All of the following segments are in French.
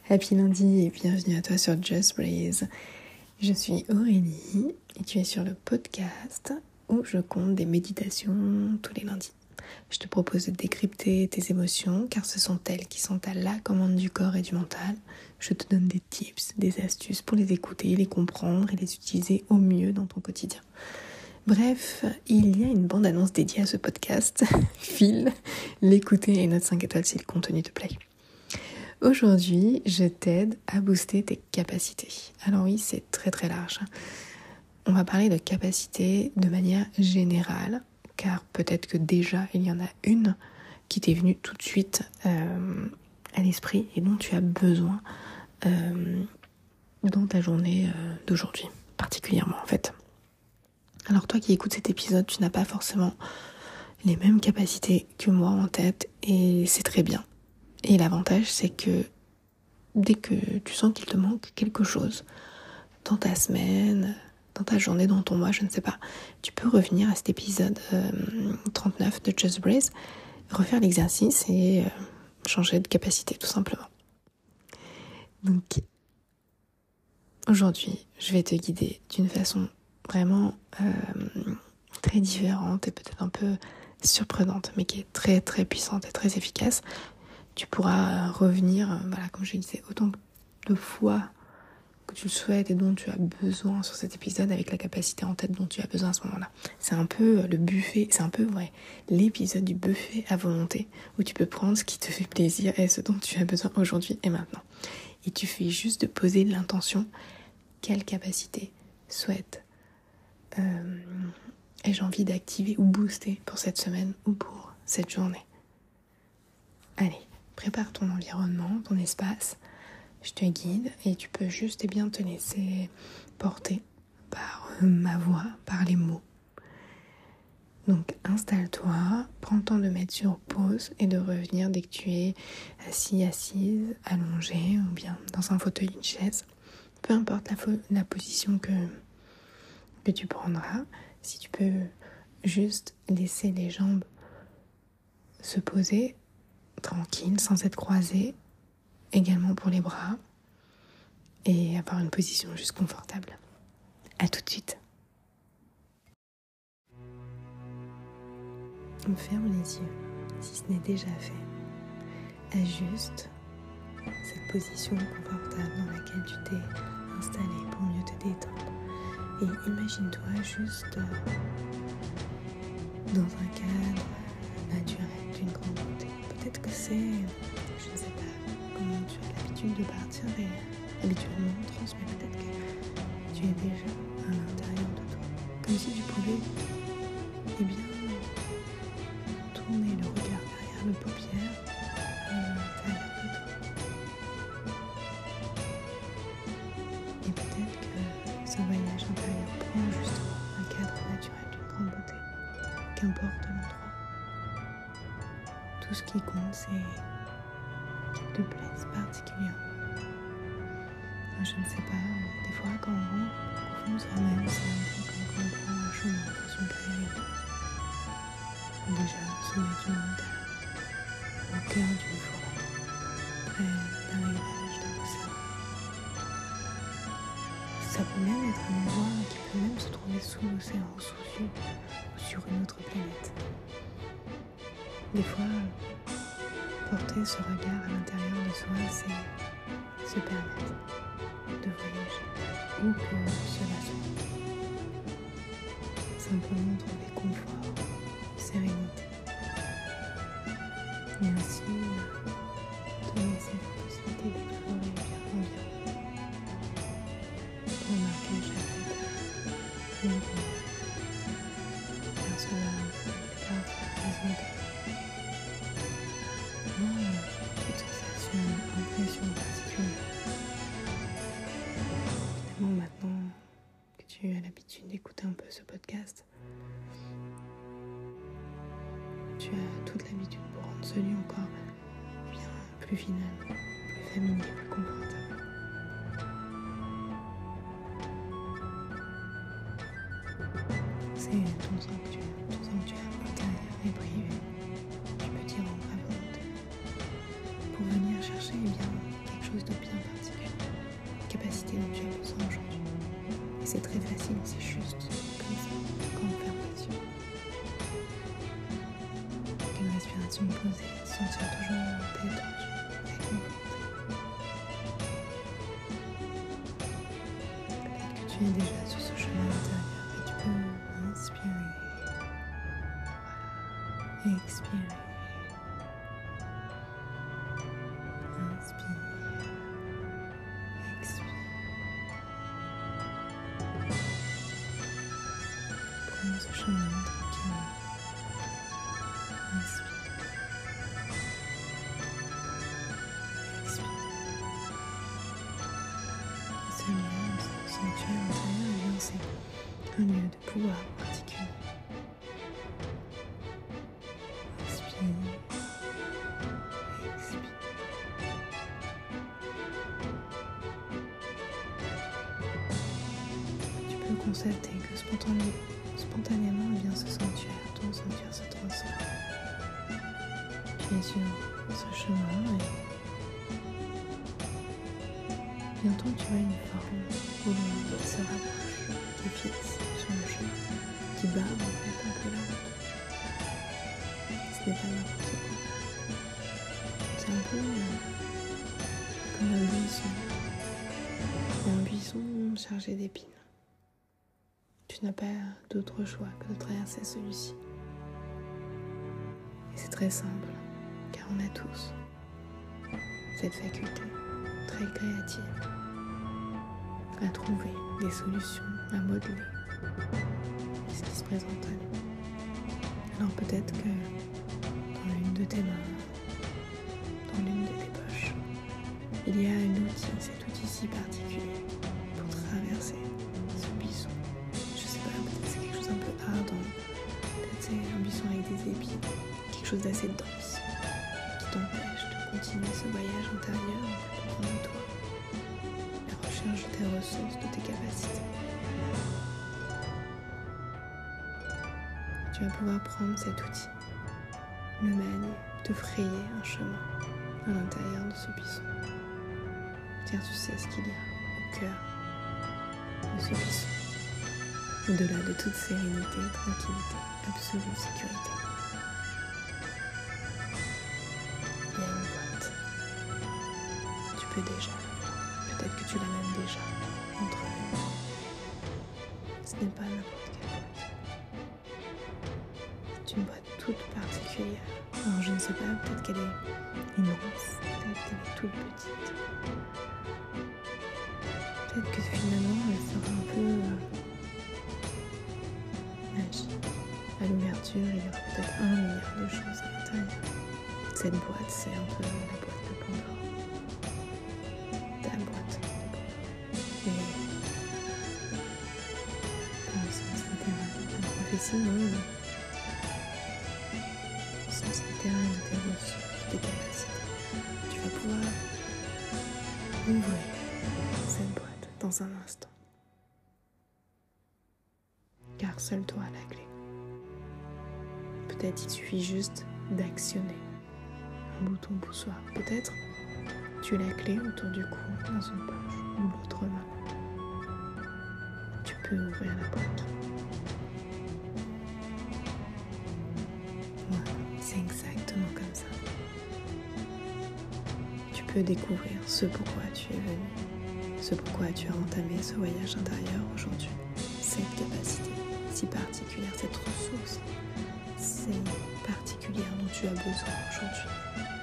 Happy lundi et bienvenue à toi sur Just Breathe. Je suis Aurélie et tu es sur le podcast où je compte des méditations tous les lundis. Je te propose de décrypter tes émotions car ce sont elles qui sont à la commande du corps et du mental. Je te donne des tips, des astuces pour les écouter, les comprendre et les utiliser au mieux dans ton quotidien. Bref, il y a une bande-annonce dédiée à ce podcast. File, l'écouter et note 5 étoiles si le contenu te plaît. Aujourd'hui, je t'aide à booster tes capacités. Alors oui, c'est très très large. On va parler de capacités de manière générale, car peut-être que déjà il y en a une qui t'est venue tout de suite à l'esprit et dont tu as besoin dans ta journée d'aujourd'hui, particulièrement en fait. Alors toi qui écoutes cet épisode, tu n'as pas forcément les mêmes capacités que moi en tête et c'est très bien. Et l'avantage, c'est que dès que tu sens qu'il te manque quelque chose dans ta semaine, dans ta journée, dans ton mois, je ne sais pas, tu peux revenir à cet épisode 39 de Just Breathe, refaire l'exercice et changer de capacité tout simplement. Donc, aujourd'hui, je vais te guider d'une façon vraiment très différente et peut-être un peu surprenante, mais qui est très très puissante et très efficace. Tu pourras revenir, comme je disais, autant de fois que tu le souhaites et dont tu as besoin sur cet épisode avec la capacité en tête dont tu as besoin à ce moment-là. C'est un peu le buffet, l'épisode du buffet à volonté où tu peux prendre ce qui te fait plaisir et ce dont tu as besoin aujourd'hui et maintenant. Et tu fais juste de poser l'intention, quelle capacité souhaite ai-je envie d'activer ou booster pour cette semaine ou pour cette journée. Allez. Prépare ton environnement, ton espace, je te guide et tu peux juste te laisser porter par ma voix, par les mots. Donc installe-toi, prends le temps de mettre sur pause et de revenir dès que tu es assis, assise, allongé ou bien dans un fauteuil, une chaise. Peu importe la position que tu prendras, si tu peux juste laisser les jambes se poser tranquille, sans être croisé, également pour les bras, et avoir une position juste confortable. À tout de suite. On ferme les yeux, si ce n'est déjà fait. Ajuste cette position confortable dans laquelle tu t'es installé pour mieux te détendre. Et imagine-toi juste dans un cadre naturel d'une grande beauté. Peut-être que c'est, je ne sais pas comment tu as l'habitude de partir et habituellement on transmet, peut-être que tu es déjà à l'intérieur de toi. Comme si tu pouvais, tourner le regard derrière le paupière à l'intérieur de toi. Et peut-être que ce voyage intérieur prend justement un cadre naturel d'une grande beauté, qu'importe l'endroit. Tout ce qui compte, c'est qu'il te plaise particulièrement. Je ne sais pas, des fois quand on rentre au fond de soi-même, c'est un peu comme quand on prend un chemin dans une prairie. Déjà, au sommet d'une montagne, au cœur d'une forêt, près d'un rivage, d'un océan. Ça peut même être un endroit qui peut même se trouver sous l'océan, sous Dieu, ou sur une autre planète. Des fois, porter ce regard à l'intérieur de soi, c'est se permettre de voyager, où que cela soit. Simplement trouver confort, sérénité. Mais aussi te laisser la possibilité d'explorer l'environnement. Remarquer chaque détail, mouvement, percevoir les parfums, les odeurs. Toute sensation, impression particulière. Évidemment, maintenant que tu as l'habitude d'écouter un peu ce podcast, tu as toute l'habitude pour rendre ce lieu encore bien plus final, plus familier, plus confortable. C'est ton sanctuaire intérieur et privé. Tu peux t'y rendre à volonté pour venir chercher quelque chose de bien c'est très facile, c'est juste comme ça, quand on ferme les yeux. Avec une respiration posée, sentir toujours détendu, réconforté. Peut-être que tu es déjà sur ce chemin intérieur et tu peux inspirer, voilà, expirer. Inspire, expire. Prends ce chemin tranquillement. Inspire, expire. Et ce lieu, ce sanctuaire intérieur, eh bien, c'est un lieu de pouvoir particulier. Inspire, expire. Tu peux constater que spontanément, eh bien, ce sanctuaire, ton sanctuaire se transforme. Tu es sur ce chemin et bientôt tu as une forme au loin qui se rapproche, qui fixe sur le chemin, qui barre en fait un peu la route. Ce n'est pas n'importe quoi. C'est un peu comme un buisson chargé d'épines. Tu n'as pas d'autre choix que de traverser celui-ci. Et c'est très simple, car on a tous cette faculté très créative à trouver des solutions, à modeler ce qui se présente à nous. Alors peut-être que dans l'une de tes mains, dans l'une de tes poches, il y a un outil, cet outil si particulier pour traverser ce buisson. Je sais pas, peut-être c'est quelque chose un peu ardent, peut-être c'est un buisson avec des épines, quelque chose d'assez dense qui t'empêche de continuer ce voyage intérieur un peu profond de toi, la recherche de tes ressources, de tes capacités. Tu vas pouvoir prendre cet outil, le manier, te frayer un chemin à l'intérieur de ce buisson. Car tu sais ce qu'il y a au cœur de ce buisson. Au-delà de toute sérénité, tranquillité, absolue sécurité. Il y a une boîte. Tu peux déjà, peut-être que tu l'as même déjà entre les mains. Ce n'est pas n'importe quelle boîte. C'est une boîte toute particulière. Alors je ne sais pas, peut-être qu'elle est immense, peut-être qu'elle est toute petite. Peut-être que finalement elle sera un peu magique. À l'ouverture, il y aura peut-être 1 milliard de choses à l'intérieur. Cette boîte, c'est un peu la boîte de Pandore. Ta boîte de Pandore. Et dans le sens littéral, la prophétie, non, au sens littéral de tes ressources, de tes capacités. Tu vas pouvoir ouvrir cette boîte dans un instant. Car seul toi a la clé. Peut-être il suffit juste d'actionner un bouton poussoir. Peut-être tu as la clé autour du cou, dans une poche ou l'autre main. Tu peux ouvrir la boîte. Voilà, c'est exactement comme ça. Tu peux découvrir ce pourquoi tu es venu, ce pourquoi tu as entamé ce voyage intérieur aujourd'hui. Cette capacité si particulière, cette ressource si particulière dont tu as besoin aujourd'hui.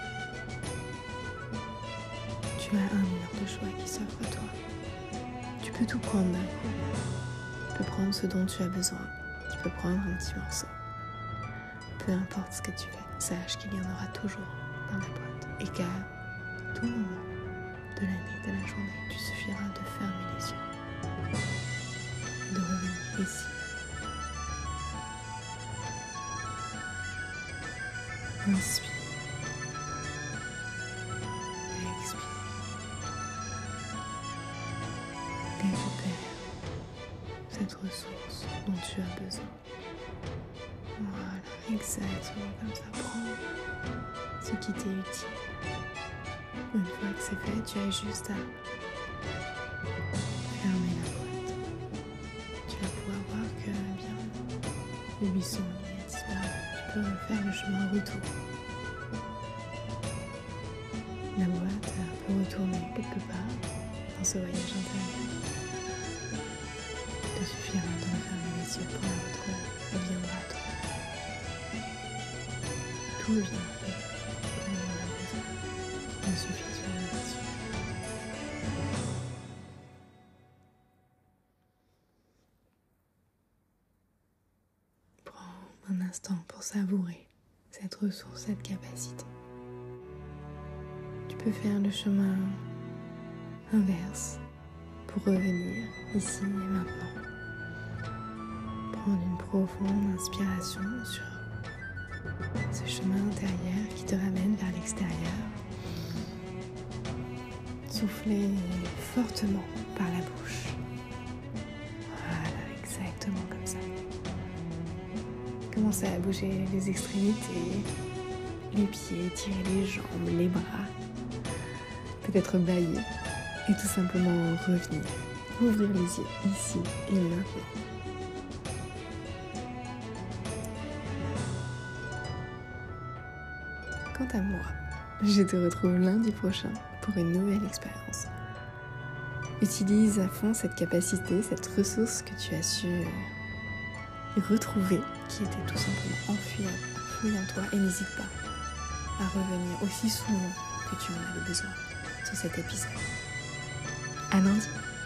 Tu as 1 milliard de choix qui s'offrent à toi. Tu peux tout prendre d'un coup. Tu peux prendre ce dont tu as besoin. Tu peux prendre un petit morceau. Peu importe ce que tu fais, sache qu'il y en aura toujours dans la boîte. Et qu'à tout moment de l'année, de la journée, tu suffira de fermer les yeux. De revenir ici. Inspire. Expire. Récupère cette ressource dont tu as besoin. Voilà, exactement comme ça. Prends ce qui t'est utile. Une fois que c'est fait, tu as juste à fermer la boîte. Le buisson lui a disparu. Tu peux refaire le chemin retour. La boîte peut retourner quelque part dans ce voyage intérieur. Il te suffira de refermer les yeux pour la retrouver. Elle viendra à toi. Tout vient avec quand on en a besoin. Il suffit de fermer les yeux. Prends un instant pour savourer cette ressource, cette capacité. Tu peux faire le chemin inverse pour revenir ici et maintenant. Prendre une profonde inspiration sur ce chemin intérieur qui te ramène vers l'extérieur. Souffler fortement par la bouche. Voilà, exactement comme ça. Commencez à bouger les extrémités, les pieds, tirer les jambes, les bras. Peut-être bâiller et tout simplement revenir. Ouvrir les yeux ici et maintenant. Quant à moi, je te retrouve lundi prochain pour une nouvelle expérience. Utilise à fond cette capacité, cette ressource que tu as su retrouver, qui était tout simplement enfouie en toi, et n'hésite pas à revenir aussi souvent que tu en avais besoin sur cet épisode. À lundi.